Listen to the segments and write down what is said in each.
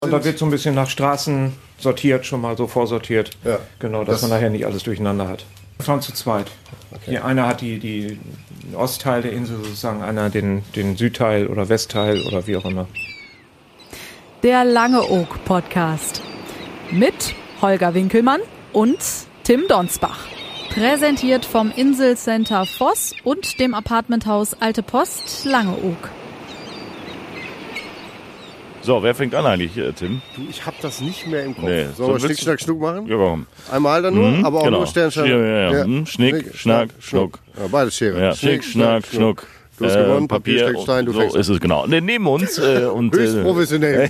Und da wird so ein bisschen nach Straßen sortiert, schon mal so vorsortiert. Ja. Genau, dass man nachher nicht alles durcheinander hat. Wir fahren zu zweit. Okay. Einer hat den Ostteil der Insel sozusagen, einer den Südteil oder Westteil oder wie auch immer. Der Langeoog Podcast mit Holger Winkelmann und Tim Donsbach. Präsentiert vom Inselcenter Voss und dem Apartmenthaus Alte Post Langeoog. So, wer fängt an eigentlich, Tim? Du, ich hab das nicht mehr im Kopf. Nee. Sollen wir Schnick, Schnack, Schnuck machen? Ja, warum? Einmal dann nur, aber auch genau. nur Sternschnuck. Ja. Schnick, Schnack, Schnuck. Ja, beides Schere. Ja. Schnick, Schnack, Schnuck. Du hast gewonnen, Papier, Stein, Stein, du fängst an. So ist es, genau. Neben uns höchst professionell.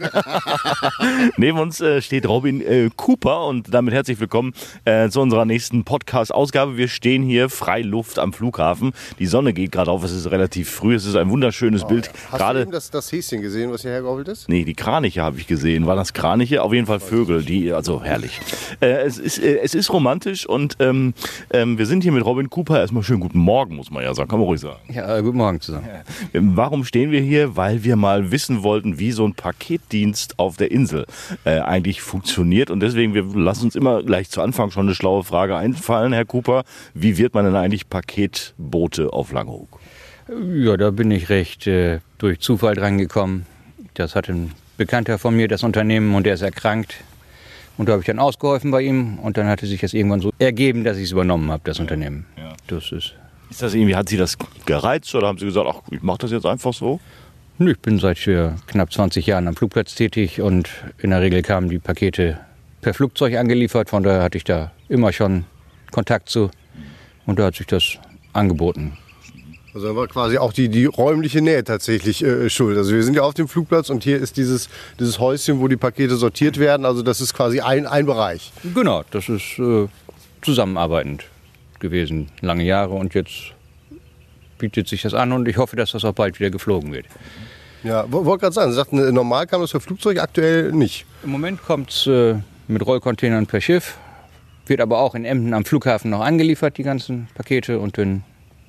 Neben uns steht Robin Cooper und damit herzlich willkommen zu unserer nächsten Podcast-Ausgabe. Wir stehen hier Freiluft am Flughafen. Die Sonne geht gerade auf, es ist relativ früh, es ist ein wunderschönes Bild. Hast du eben das Häschen gesehen, was hierher geholt ist? Nee, die Kraniche habe ich gesehen. War das Kraniche? Auf jeden Fall Vögel, also herrlich. Es ist romantisch und wir sind hier mit Robin Cooper. Erstmal schönen guten Morgen, muss man ja sagen. Kann man ruhig sagen. Ja, guten Morgen zusammen. Warum stehen wir hier? Weil wir mal wissen wollten, wie so ein Paketdienst auf der Insel eigentlich funktioniert. Und deswegen, wir lassen uns immer gleich zu Anfang schon eine schlaue Frage einfallen, Herr Cooper. Wie wird man denn eigentlich Paketbote auf Langeoog? Ja, da bin ich recht durch Zufall dran gekommen. Das hat ein Bekannter von mir, das Unternehmen, und der ist erkrankt. Und da habe ich dann ausgeholfen bei ihm. Und dann hatte sich das irgendwann so ergeben, dass ich es übernommen habe, das Unternehmen. Ja. Ist das irgendwie, hat Sie das gereizt oder haben Sie gesagt, ach, ich mache das jetzt einfach so? Nö, ich bin seit knapp 20 Jahren am Flugplatz tätig und in der Regel kamen die Pakete per Flugzeug angeliefert. Von daher hatte ich da immer schon Kontakt zu und da hat sich das angeboten. Also da war quasi auch die räumliche Nähe tatsächlich schuld. Also wir sind ja auf dem Flugplatz und hier ist dieses Häuschen, wo die Pakete sortiert werden. Also das ist quasi ein Bereich. Genau, das ist zusammenarbeitend gewesen, lange Jahre, und jetzt bietet sich das an und ich hoffe, dass das auch bald wieder geflogen wird. Ja, wollte gerade sagen, Sie sagten, normal kam das für Flugzeuge, aktuell nicht. Im Moment kommt es mit Rollcontainern per Schiff, wird aber auch in Emden am Flughafen noch angeliefert, die ganzen Pakete, und dann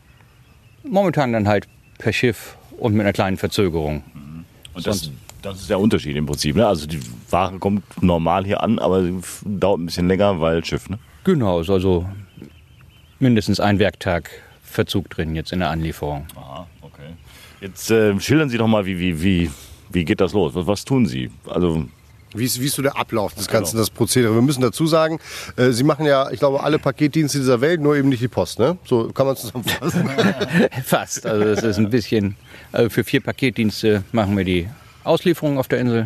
momentan dann halt per Schiff und mit einer kleinen Verzögerung. Und das ist der Unterschied im Prinzip, ne? Also die Ware kommt normal hier an, aber dauert ein bisschen länger, weil Schiff, ne? Genau, ist also mindestens ein Werktag Verzug drin jetzt in der Anlieferung. Aha, okay. Jetzt schildern Sie doch mal, wie geht das los? Was tun Sie? Also wie ist so der Ablauf des Ganzen, das Prozedere? Wir müssen dazu sagen, Sie machen ja, ich glaube, alle Paketdienste dieser Welt, nur eben nicht die Post, ne? So kann man es zusammenfassen. Fast. Also das ist ein bisschen, für 4 Paketdienste machen wir die Auslieferung auf der Insel.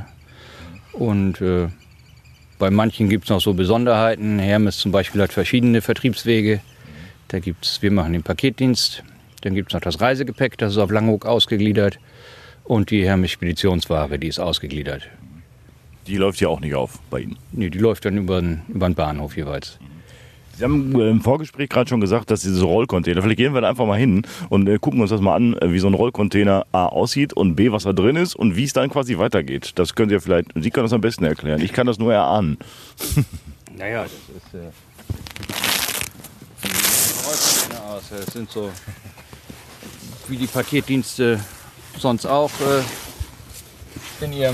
Und bei manchen gibt es noch so Besonderheiten. Hermes zum Beispiel hat verschiedene Vertriebswege. Wir machen den Paketdienst, dann gibt es noch das Reisegepäck, das ist auf Langeoog ausgegliedert, und die Hermes Speditionsware, die ist ausgegliedert. Die läuft ja auch nicht auf bei Ihnen? Nee, die läuft dann über den Bahnhof jeweils. Sie haben im Vorgespräch gerade schon gesagt, dass diese Rollcontainer, vielleicht gehen wir da einfach mal hin und gucken uns das mal an, wie so ein Rollcontainer A aussieht und B, was da drin ist und wie es dann quasi weitergeht. Das können Sie ja vielleicht, Sie können das am besten erklären. Ich kann das nur erahnen. Naja, das ist aus. Das sind so wie die Paketdienste sonst auch in ihrem.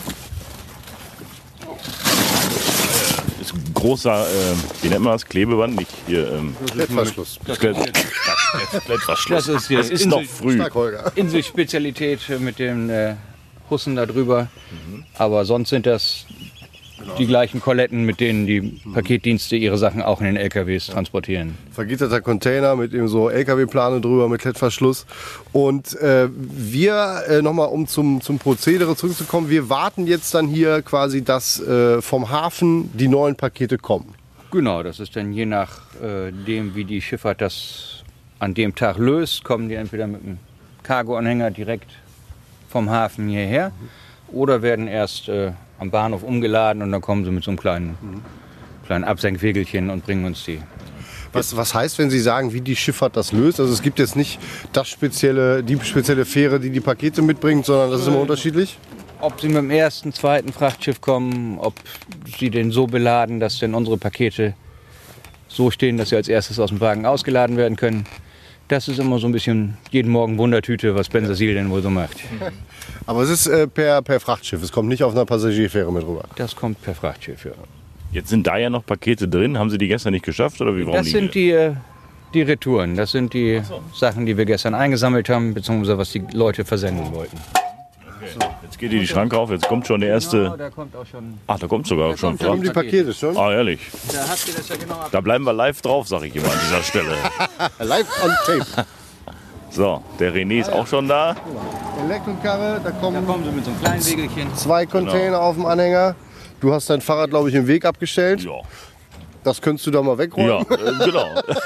Das ist ein großer, wie nennt man das? Klebeband? Nicht hier. Klettverschluss. Klettverschluss. Das ist noch früh. Inselspezialität mit den Hussen da drüber. Aber sonst sind das die gleichen Koletten, mit denen die Paketdienste ihre Sachen auch in den LKWs transportieren. Vergitterter Container mit eben so LKW-Plane drüber mit Klettverschluss. Und wir, nochmal um zum Prozedere zurückzukommen, wir warten jetzt dann hier quasi, dass vom Hafen die neuen Pakete kommen. Genau, das ist dann je nach dem, wie die Schifffahrt das an dem Tag löst, kommen die entweder mit einem Cargo-Anhänger direkt vom Hafen hierher oder werden erst am Bahnhof umgeladen und dann kommen sie mit so einem kleinen Absenkwegelchen und bringen uns die. Was heißt, wenn Sie sagen, wie die Schifffahrt das löst? Also es gibt jetzt nicht die spezielle Fähre, die Pakete mitbringt, sondern das ist immer unterschiedlich? Ob sie mit dem ersten, zweiten Frachtschiff kommen, ob sie den so beladen, dass denn unsere Pakete so stehen, dass sie als erstes aus dem Wagen ausgeladen werden können. Das ist immer so ein bisschen jeden Morgen Wundertüte, was Bensersiel denn wohl so macht. Aber es ist per Frachtschiff, es kommt nicht auf einer Passagierfähre mit rüber. Das kommt per Frachtschiff, ja. Jetzt sind da ja noch Pakete drin. Haben Sie die gestern nicht geschafft oder wie? Warum Das sind die Retouren. Das sind die Sachen, die wir gestern eingesammelt haben, beziehungsweise was die Leute versenden wollten. Okay. Jetzt geht hier die Schranke auf. Jetzt kommt schon der erste. Genau, da kommt auch schon. Ach, da kommt sogar schon. Kommen die Pakete schon? Ah, ehrlich. Da habt ihr das ja genau ab. Da bleiben wir live drauf, sag ich immer an dieser Stelle. Live on tape. So, der René ist auch schon da. Elektrokarre, da Da kommen kommen sie mit so einem kleinen Wegelchen. 2 Container auf dem Anhänger. Du hast dein Fahrrad, glaube ich, im Weg abgestellt. Ja, Das könntest du da mal wegräumen. genau.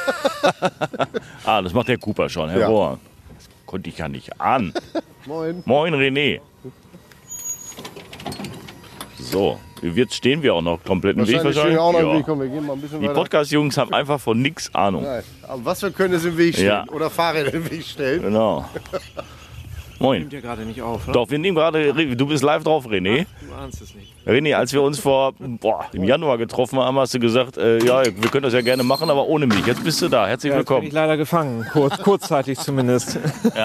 Das macht der Cooper schon. Hervorragend. Das konnte ich ja nicht ahnen. Moin. Moin, René. So, jetzt stehen wir auch noch komplett im Weg Wahrscheinlich stehen wir auch noch im Ja. Weg. Komm, wir gehen mal ein bisschen Die weiter. Podcast-Jungs haben einfach von nichts Ahnung. Nein. Aber was wir können, ist im Weg stehen. Ja. Oder Fahrräder im Weg stellen. Genau. Moin. Nimmt ja gerade nicht auf. Ne? Doch, wir nehmen gerade, du bist live drauf, René. Du ahnst es nicht. René, als wir uns im Januar getroffen haben, hast du gesagt, ja, wir können das ja gerne machen, aber ohne mich. Jetzt bist du da. Herzlich Ja, jetzt bin willkommen. ich leider gefangen, kurzzeitig zumindest.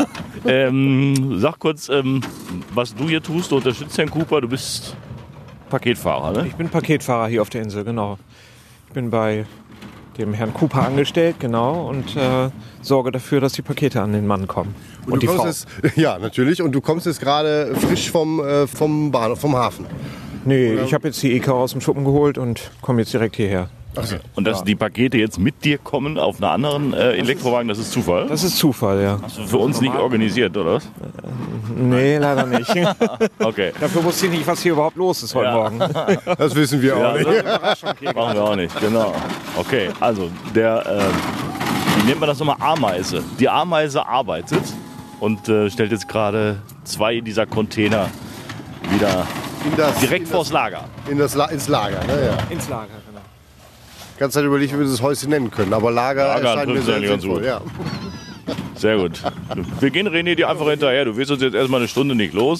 Sag kurz, was du hier tust. Du unterstützt Herrn Cooper. Du bist Paketfahrer, ne? Ich bin Paketfahrer hier auf der Insel, genau. Ich bin bei dem Herrn Cooper angestellt, genau, und sorge dafür, dass die Pakete an den Mann kommen. Und die du Frau. kommst jetzt, ja, natürlich. Und du kommst jetzt gerade frisch vom Hafen. Nee, ich habe jetzt die EK aus dem Schuppen geholt und komme jetzt direkt hierher. Und dass die Pakete jetzt mit dir kommen auf einer anderen Elektrowagen, das ist Zufall? Das ist Zufall, ja. Hast du für uns nicht organisiert, oder was? Nee, leider nicht. Okay. Dafür wusste ich nicht, was hier überhaupt los ist heute Morgen. Das wissen wir auch nicht. Machen wir auch nicht, genau. Okay, also wie nennt man das nochmal? Ameise. Die Ameise arbeitet und stellt jetzt gerade 2 dieser Container wieder direkt vors Lager. Ins Lager. Ne? Ja. Ins Lager, genau. Ganz Zeit überlegt, wie wir das Häuschen nennen können. Aber Lager erscheint mir trifft's sehr eigentlich ganz sinnvoll. gut. Ja. Sehr gut. Wir gehen René dir einfach hinterher. Du wirst uns jetzt erstmal eine Stunde nicht los.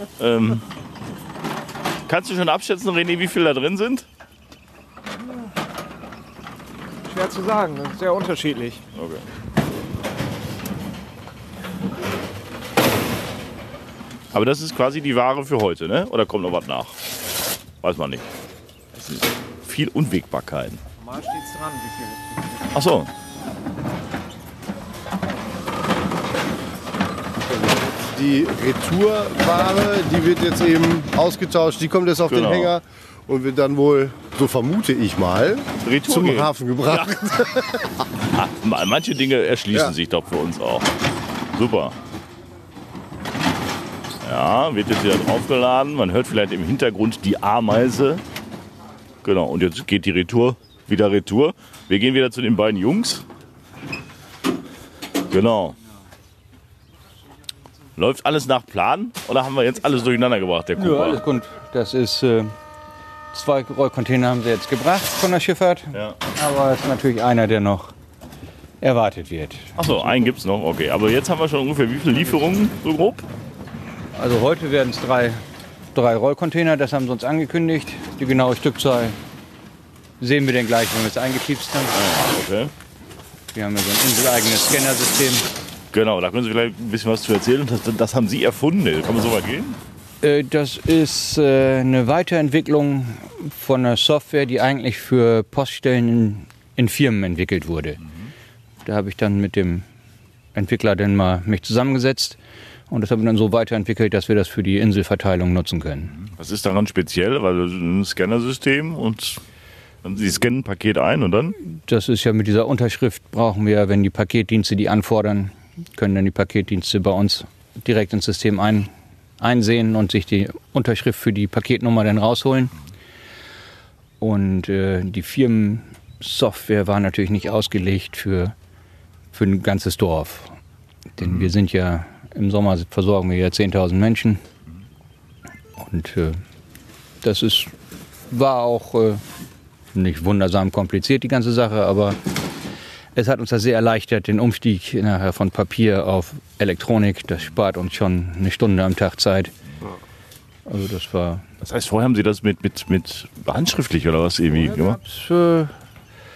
Kannst du schon abschätzen, René, wie viele da drin sind? Schwer zu sagen, das ist sehr unterschiedlich. Okay. Aber das ist quasi die Ware für heute, ne? Oder kommt noch was nach? Weiß man nicht. Es ist viel Unwägbarkeiten. Normal steht es dran, wie viel. Ach so. Die Retourware, die wird jetzt eben ausgetauscht. Die kommt jetzt auf Genau. den Hänger und wird dann wohl, so vermute ich mal, Retour zum gehen. Hafen gebracht. Manche Dinge erschließen Ja. sich doch für uns auch. Super. Ja, wird jetzt wieder draufgeladen. Man hört vielleicht im Hintergrund die Ameise. Genau, und jetzt geht die Retour wieder retour. Wir gehen wieder zu den beiden Jungs. Genau. Läuft alles nach Plan oder haben wir jetzt alles durcheinander gebracht, der Ja, Cooper? alles gut. Das ist 2 Rollcontainer haben sie jetzt gebracht von der Schifffahrt. Ja. Aber es ist natürlich einer, der noch erwartet wird. Achso, einen gibt's noch, okay. Aber jetzt haben wir schon ungefähr wie viele Lieferungen, so grob? Also heute werden es 3 Rollcontainer, das haben sie uns angekündigt. Die genaue Stückzahl sehen wir dann gleich, wenn wir es eingepiepst haben. Okay. Wir haben ja so ein inseleigenes Scannersystem. Genau, da können Sie vielleicht ein bisschen was zu erzählen. Das haben Sie erfunden. Kann man so weit gehen? Das ist eine Weiterentwicklung von einer Software, die eigentlich für Poststellen in Firmen entwickelt wurde. Da habe ich dann mit dem Entwickler dann mal mich zusammengesetzt und das haben wir dann so weiterentwickelt, dass wir das für die Inselverteilung nutzen können. Was ist daran speziell? Weil das ist ein Scannersystem und Sie scannen ein Paket ein und dann? Das ist ja mit dieser Unterschrift brauchen wir, wenn die Paketdienste die anfordern, können dann die Paketdienste bei uns direkt ins System einsehen und sich die Unterschrift für die Paketnummer dann rausholen. Und die Firmensoftware war natürlich nicht ausgelegt für ein ganzes Dorf. Denn wir sind ja, im Sommer versorgen wir ja 10.000 Menschen. Und das war auch nicht wundersam kompliziert, die ganze Sache, aber es hat uns das sehr erleichtert, den Umstieg nachher von Papier auf Elektronik. Das spart uns schon eine Stunde am Tag Zeit. Also das war... Das heißt, vorher haben Sie das mit handschriftlich oder was irgendwie gemacht?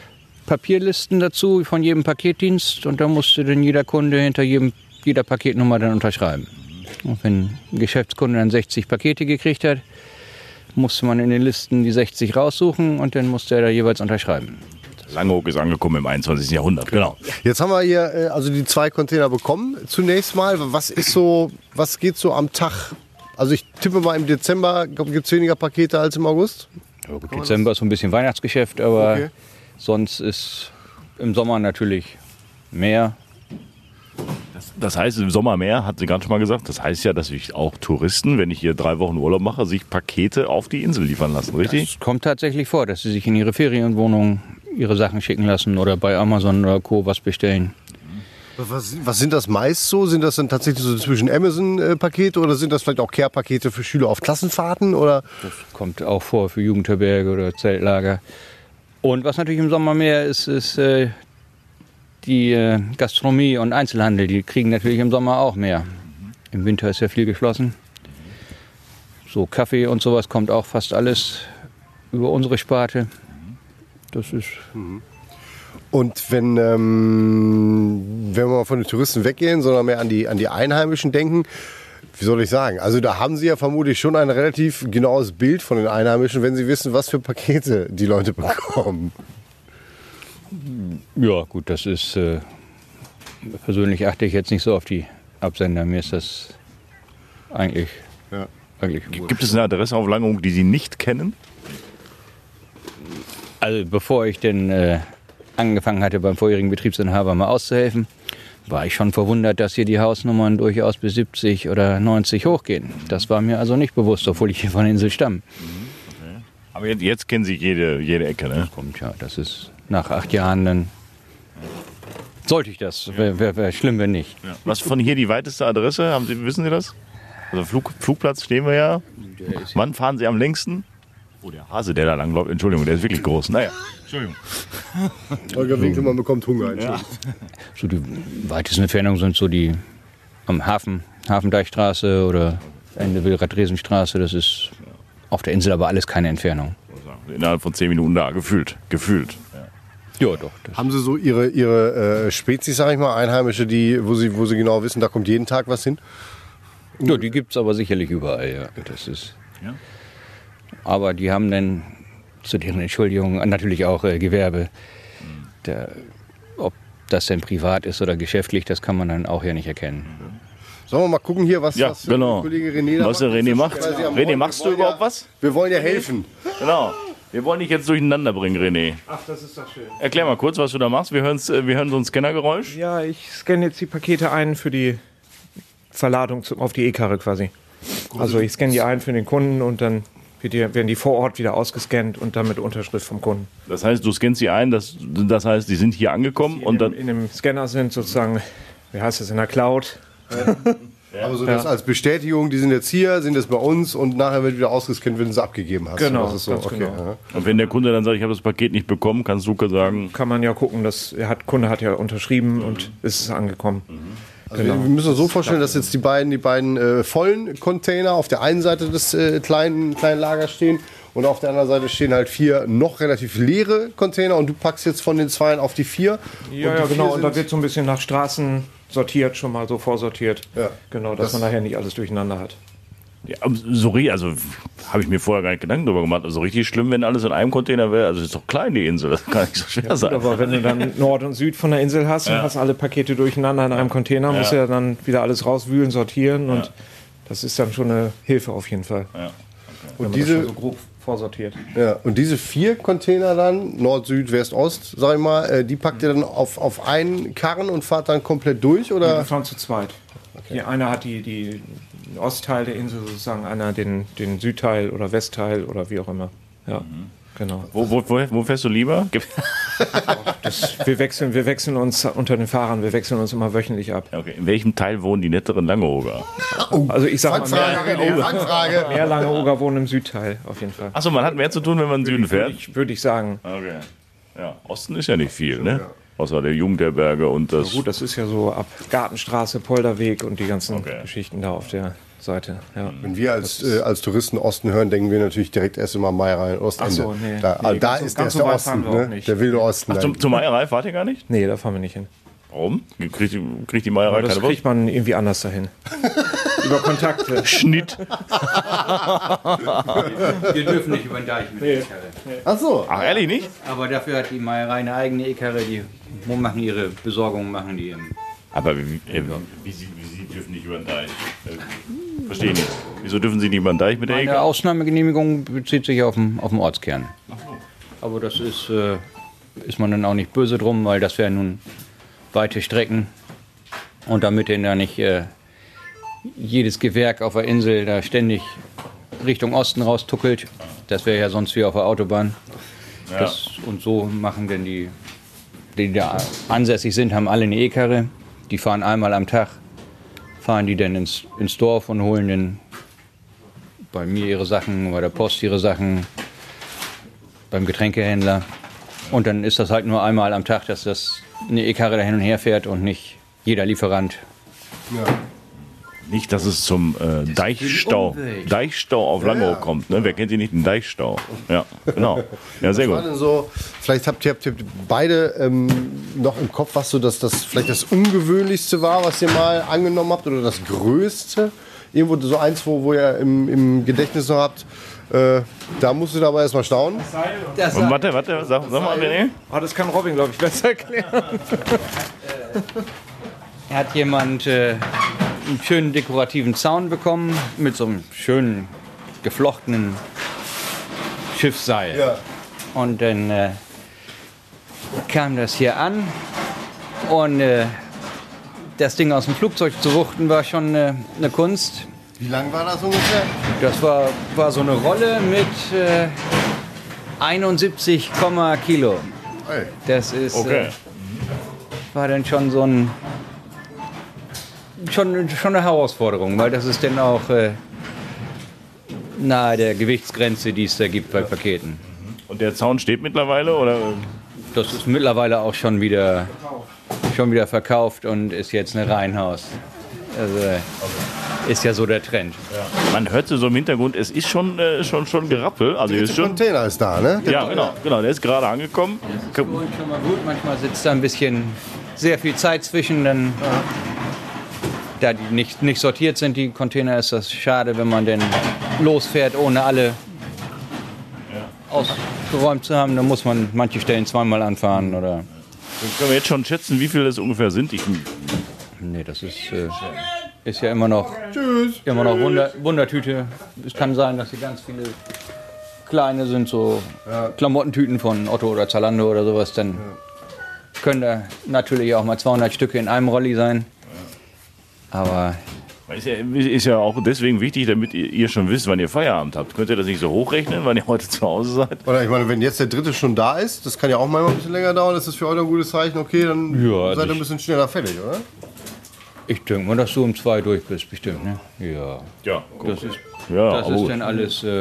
Papierlisten dazu von jedem Paketdienst und da musste dann jeder Kunde hinter jeder Paketnummer dann unterschreiben. Und wenn ein Geschäftskunde dann 60 Pakete gekriegt hat, musste man in den Listen die 60 raussuchen und dann musste er da jeweils unterschreiben. Langeoog ist angekommen im 21. Jahrhundert, genau. Jetzt haben wir hier also die 2 Container bekommen. Zunächst mal, was geht so am Tag? Also ich tippe mal im Dezember gibt es weniger Pakete als im August. Ja, gut, Dezember ist so ein bisschen Weihnachtsgeschäft, aber Okay. sonst ist im Sommer natürlich mehr. Das heißt, im Sommer mehr, hat sie gerade schon mal gesagt. Das heißt ja, dass sich auch Touristen, wenn ich hier 3 Wochen Urlaub mache, sich Pakete auf die Insel liefern lassen, richtig? Es kommt tatsächlich vor, dass sie sich in ihre Ferienwohnung ihre Sachen schicken lassen oder bei Amazon oder Co. was bestellen. Was sind das meist so? Sind das dann tatsächlich so zwischen Amazon-Pakete oder sind das vielleicht auch Care-Pakete für Schüler auf Klassenfahrten? Oder? Das kommt auch vor für Jugendherberge oder Zeltlager. Und was natürlich im Sommer mehr ist, ist die Gastronomie und Einzelhandel. Die kriegen natürlich im Sommer auch mehr. Im Winter ist ja viel geschlossen. So Kaffee und sowas kommt auch fast alles über unsere Sparte. Das ist... Und wenn wir mal von den Touristen weggehen, sondern mehr an die Einheimischen denken, wie soll ich sagen? Also da haben Sie ja vermutlich schon ein relativ genaues Bild von den Einheimischen, wenn Sie wissen, was für Pakete die Leute bekommen. Ja gut, das ist... persönlich achte ich jetzt nicht so auf die Absender. Mir ist das eigentlich Gibt es eine Adresse auf Langeoog, die Sie nicht kennen? Also bevor ich denn angefangen hatte, beim vorherigen Betriebsinhaber mal auszuhelfen, war ich schon verwundert, dass hier die Hausnummern durchaus bis 70 oder 90 hochgehen. Das war mir also nicht bewusst, obwohl ich hier von der Insel stamme. Okay. Aber jetzt kennen Sie jede Ecke, ne? Kommt ja, das ist nach 8 Jahren, dann sollte ich das. Wäre schlimm, wenn nicht. Ja. Was von hier die weiteste Adresse? Wissen Sie das? Also Flugplatz stehen wir ja. Wann fahren Sie am längsten? Oh, der Hase, der da lang läuft. Entschuldigung, der ist wirklich groß. Naja, Entschuldigung. Holger Winkelmann bekommt Hunger. Ja. So die weitesten Entfernungen sind so die am Hafendeichstraße oder Ende Wilrad-Dresenstraße. Das ist auf der Insel aber alles keine Entfernung. Innerhalb von 10 Minuten da, gefühlt. Ja, doch. Haben Sie so Ihre Spezies, sag ich mal, Einheimische, wo Sie genau wissen, da kommt jeden Tag was hin? Ja, die gibt es aber sicherlich überall. Ja. Das ist. Ja. Aber die haben dann zu deren Entschuldigung natürlich auch Gewerbe. Ob das denn privat ist oder geschäftlich, das kann man dann auch ja nicht erkennen. Sollen wir mal gucken hier, was genau. Kollege René da Was der René macht. René, machst du überhaupt was? Wir wollen ja helfen. Genau. Wir wollen dich jetzt durcheinander bringen, René. Ach, das ist doch schön. Erklär mal kurz, was du da machst. Wir hören so ein Scannergeräusch. Ja, ich scanne jetzt die Pakete ein für die Verladung auf die E-Karre quasi. Also ich scanne die ein für den Kunden und dann werden die vor Ort wieder ausgescannt und dann mit Unterschrift vom Kunden. Das heißt, du scannst sie ein, das heißt, die sind hier angekommen und dann... In dem Scanner sind sozusagen, wie heißt das, in der Cloud. Aber so das als Bestätigung, die sind jetzt hier, sind jetzt bei uns und nachher wird wieder ausgescannt, wenn du sie abgegeben hast. Genau, das ist so. ganz Okay. genau. Und wenn der Kunde dann sagt, ich habe das Paket nicht bekommen, kannst du sagen... Kann man ja gucken, Kunde hat ja unterschrieben und ist es angekommen. Also wir müssen uns so vorstellen, dass jetzt die beiden vollen Container auf der einen Seite des kleinen Lagers stehen und auf der anderen Seite stehen halt 4 noch relativ leere Container und du packst jetzt von den 2 auf die 4. Ja, genau. Und da wird so ein bisschen nach Straßen sortiert, schon mal so vorsortiert. Ja. Genau, dass man nachher nicht alles durcheinander hat. Ja, also habe ich mir vorher gar nicht Gedanken darüber gemacht. Also richtig schlimm, wenn alles in einem Container wäre. Also ist doch klein, die Insel. Das kann nicht so schwer sein. Aber wenn du dann Nord und Süd von der Insel hast und hast alle Pakete durcheinander in einem Container, musst du ja dann wieder alles rauswühlen, sortieren und das ist dann schon eine Hilfe auf jeden Fall. Ja. Wenn man das schon so grob vorsortiert. Ja, und diese 4 Container dann, Nord, Süd, West, Ost, sag ich mal, die packt ihr dann auf einen Karren und fahrt dann komplett durch? Wir Oder? fahren zu zweit. Okay. Einer hat den Ostteil der Insel sozusagen, einer den Südteil oder Westteil oder wie auch immer. Ja, genau. Wo fährst du lieber? Wir wechseln uns unter den Fahrern, wir wechseln uns immer wöchentlich ab. Okay. In welchem Teil wohnen die netteren Langeooger? Also ich sag Fangfrage, mal, Fangfrage. mehr Langeooger wohnen im Südteil auf jeden Fall. Achso, man hat mehr zu tun, wenn man in den Süden fährt? Würde ich sagen. Okay. Ja, Osten ist ja nicht viel, ne? Außer der Jugendherberge und das... Gut, das ist ja so ab Gartenstraße, Polderweg und die ganzen Geschichten da auf der Seite. Ja. Wenn wir als Touristen Osten hören, denken wir natürlich direkt erst immer Meierei und Ostende. Ach so, nee. Da ist der Osten, ne? Der wilde Osten. Ach, zur Meierei fahrt ihr gar nicht? Nee, da fahren wir nicht hin. Warum? Kriegt die Meierei Aber das keine kriegt man irgendwie anders dahin. Über Kontakte. Schnitt. Wir dürfen nicht über den Deich mit der E-Karre. Ach so. Ach, ehrlich nicht? Aber dafür hat die Meierei eine eigene E-Karre, die machen ihre Besorgung, machen die im... Aber wie sie dürfen nicht über den Deich? Verstehe ich nicht. Wieso dürfen sie nicht über den Deich mit der Eine EK? Ausnahmegenehmigung bezieht sich auf den Ortskern. Aber das ist man dann auch nicht böse drum, weil das wären nun weite Strecken. Und damit denn da nicht jedes Gewerk auf der Insel da ständig Richtung Osten raustuckelt, das wäre ja sonst wie auf der Autobahn. Ja. Und so machen denn die da ansässig sind, haben alle eine E-Karre. Die fahren einmal am Tag, fahren die dann ins Dorf und holen dann bei mir ihre Sachen, bei der Post ihre Sachen, beim Getränkehändler. Und dann ist das halt nur einmal am Tag, dass das eine E-Karre da hin und her fährt und nicht jeder Lieferant. Ja. Nicht, dass es zum Deichstau auf Langeoog kommt. Ne? Wer kennt ihn nicht? Den Deichstau. Ja, genau. Ja, sehr Was war gut. denn so, vielleicht habt ihr beide noch im Kopf, was so das vielleicht das Ungewöhnlichste war, was ihr mal angenommen habt, oder das Größte? Irgendwo so eins, wo ihr im Gedächtnis noch habt. Da musst du aber erstmal staunen. Und warte, sag mal, René. Das kann Robin, glaube ich, besser erklären. Hat jemand einen schönen dekorativen Zaun bekommen mit so einem schönen geflochtenen Schiffsseil. Ja. Und dann kam das hier an und das Ding aus dem Flugzeug zu wuchten war schon eine Kunst. Wie lang war das ungefähr? Das war so eine Rolle mit 71, Kilo. Hey. Das ist Okay. war dann schon so schon eine Herausforderung, weil das ist dann auch nahe der Gewichtsgrenze, die es da gibt bei Paketen. Und der Zaun steht mittlerweile, oder? Das ist mittlerweile auch schon wieder verkauft und ist jetzt ein Reihenhaus. Also ist ja so der Trend. Man hört so im Hintergrund, es ist schon Gerappel. Also hier ist Der schon. Container ist da, ne? Ja, genau, der ist gerade angekommen. Schon mal gut, manchmal sitzt da ein bisschen sehr viel Zeit zwischen, dann da die nicht sortiert sind, die Container, ist das schade, wenn man denn losfährt, ohne alle ausgeräumt zu haben. Dann muss man manche Stellen zweimal anfahren oder. Können wir jetzt schon schätzen, wie viele das ungefähr sind? Nee, das ist ja immer noch Wundertüte. Es kann sein, dass hier ganz viele kleine sind, so Klamottentüten von Otto oder Zalando oder sowas. Dann können da natürlich auch mal 200 Stücke in einem Rolli sein. Aber Ist ja auch deswegen wichtig, damit ihr schon wisst, wann ihr Feierabend habt. Könnt ihr das nicht so hochrechnen, wann ihr heute zu Hause seid? Oder ich meine, wenn jetzt der dritte schon da ist, das kann ja auch manchmal ein bisschen länger dauern, das ist für euch ein gutes Zeichen, okay, dann Ja, seid ihr ein bisschen schneller fertig, oder? ich denke mal, dass du um 2 durch bist, bestimmt. Ne? Ja. Ja, Das ist, ja, das aber ist gut. dann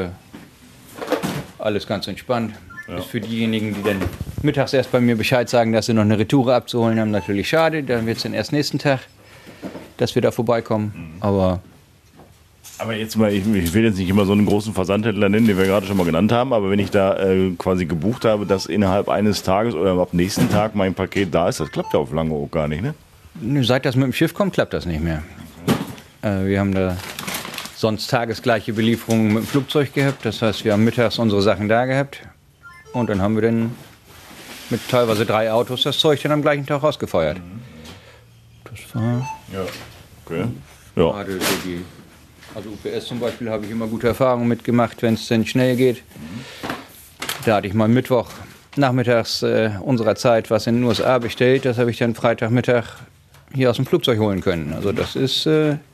alles ganz entspannt. Ist für diejenigen, die dann mittags erst bei mir Bescheid sagen, dass sie noch eine Retoure abzuholen haben, natürlich schade. Dann wird es dann erst nächsten Tag, dass wir da vorbeikommen. Aber jetzt mal, ich will jetzt nicht immer so einen großen Versandhändler nennen, den wir gerade schon mal genannt haben, aber wenn ich da quasi gebucht habe, dass innerhalb eines Tages oder ab nächsten Tag mein Paket da ist, das klappt ja auf Langeoog gar nicht, ne? seit das mit dem Schiff kommt, klappt das nicht mehr. Wir haben da sonst tagesgleiche Belieferungen mit dem Flugzeug gehabt. Das heißt, wir haben mittags unsere Sachen da gehabt. Und dann haben wir dann mit teilweise 3 Autos das Zeug dann am gleichen Tag rausgefeuert. Das war Ja. Okay. Ja. gerade so also UPS zum Beispiel habe ich immer gute Erfahrungen mitgemacht, wenn es denn schnell geht. Da hatte ich mal Mittwoch nachmittags unserer Zeit was in den USA bestellt. Das habe ich dann Freitagmittag hier aus dem Flugzeug holen können. Also das ist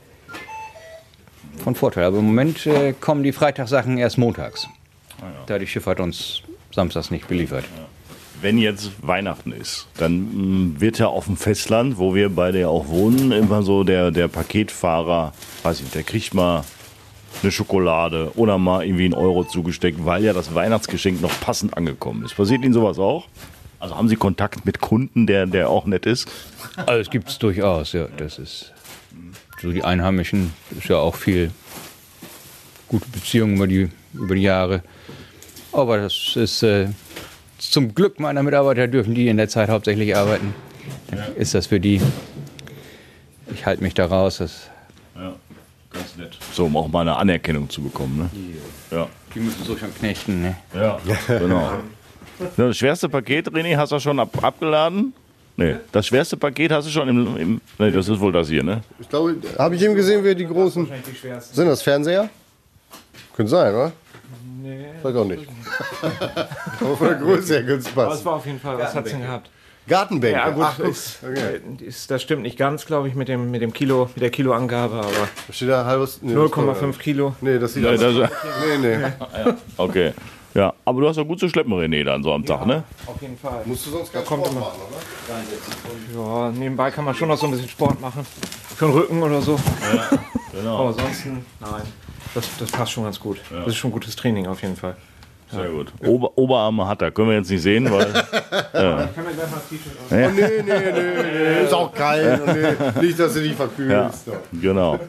von Vorteil. Aber im Moment kommen die Freitagssachen erst montags. Da die Schifffahrt uns samstags nicht beliefert. Wenn jetzt Weihnachten ist, dann wird ja auf dem Festland, wo wir beide ja auch wohnen, immer so der Paketfahrer, weiß ich nicht, der kriegt mal eine Schokolade oder mal irgendwie einen Euro zugesteckt, weil ja das Weihnachtsgeschenk noch passend angekommen ist. Passiert Ihnen sowas auch? Also haben Sie Kontakt mit Kunden, der auch nett ist? Also es gibt es durchaus, ja. Das ist so die Einheimischen, ist ja auch viel gute Beziehungen über die Jahre. Aber das ist zum Glück meiner Mitarbeiter, dürfen die in der Zeit hauptsächlich arbeiten. Dann ist das für die, ich halte mich da raus. Ja, ganz nett. So, um auch mal eine Anerkennung zu bekommen. Ne? Ja. Die müssen so schon knechten. Ne? Ja, genau. Das schwerste Paket, René, hast du schon abgeladen? Nee, das schwerste Paket hast du schon nee, das ist wohl das hier, ne? Ich glaube, habe ich eben gesehen, wer die großen... Sind das Fernseher? Könnte sein, oder? Nee. Vielleicht auch nicht. Aber von der Größe her könnte es Aber passen. es war auf jeden Fall, was hat es denn gehabt? Gartenbänke. Ja gut, Ach, guck. Okay. das stimmt nicht ganz, glaube ich, mit dem Kilo, mit der Kiloangabe, aber Da steht da halbes... Nee, 0,5 Kilo. Nee, das sieht Nee, aus. das, Nee. okay. Ja, aber du hast ja gut zu schleppen, René, dann so am Tag, ne? Auf jeden Fall. Musst du sonst keinen kommt Sport immer. machen, oder? Ja, nebenbei kann man schon noch so ein bisschen Sport machen. Für den Rücken oder so. Genau. Aber ansonsten, nein. Das passt schon ganz gut. Das ist schon gutes Training auf jeden Fall. Sehr gut. Oberarme hat er, können wir jetzt nicht sehen, weil. Kann mir gleich mal T-Shirt aus. Oh, nee. Ist auch kalt. Nee. Nicht, dass du dich verkühlst. Genau.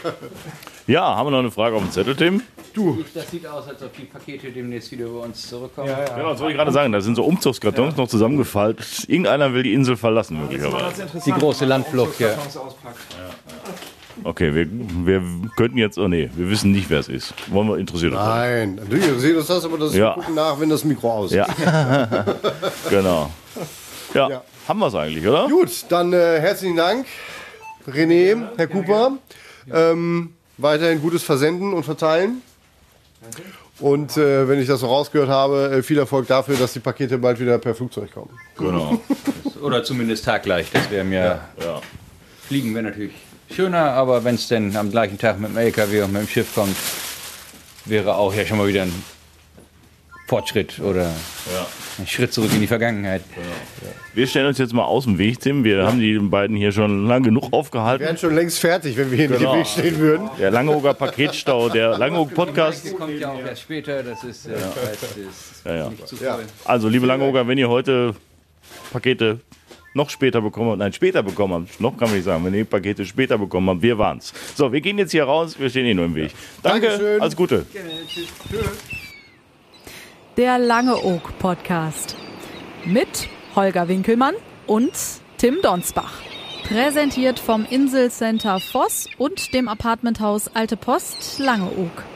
Ja, haben wir noch eine Frage auf dem Zettel, Tim? Das sieht aus, als ob die Pakete demnächst wieder bei uns zurückkommen. Ja. Ja, das wollte ich gerade sagen. Da sind so Umzugskartons noch zusammengefaltet. Irgendeiner will die Insel verlassen, möglicherweise. Die große Landflucht, ja. Okay, wir könnten jetzt. Oh nee, wir wissen nicht, wer es ist. Wollen wir interessiert uns? Nein, natürlich, wir sehen uns das, aber das Ja. wir gucken nach, wenn das Mikro aus ist. Ja. Genau. Ja, Ja. haben wir es eigentlich, oder? Gut, dann herzlichen Dank, René, Herr Cooper. Weiterhin gutes Versenden und Verteilen. Und wenn ich das so rausgehört habe, viel Erfolg dafür, dass die Pakete bald wieder per Flugzeug kommen. Genau. Oder zumindest taggleich. Das wäre mir. Ja. Fliegen wäre natürlich schöner, aber wenn es denn am gleichen Tag mit dem LKW und mit dem Schiff kommt, wäre auch ja schon mal wieder ein Fortschritt oder ein Schritt zurück in die Vergangenheit. Wir stellen uns jetzt mal aus dem Weg, Tim. Wir haben die beiden hier schon lang genug Wir aufgehalten. wären schon längst fertig, wenn wir hier nicht im Weg stehen würden. Der Langeoger Paketstau, der Langeoog Podcast. Der kommt ja auch erst später, das ist, Ja. nicht zu Ja. voll. Also, liebe Langeoger, wenn ihr heute Pakete noch später bekommen habt, nein, später bekommen habt, noch kann man nicht sagen, wenn ihr Pakete später bekommen habt, wir waren's. So, wir gehen jetzt hier raus, wir stehen eh nur im Weg. Danke, Dankeschön. alles Gute. Der Langeoog Podcast mit Holger Winkelmann und Tim Donsbach. Präsentiert vom Inselcenter Voss und dem Apartmenthaus Alte Post Langeoog.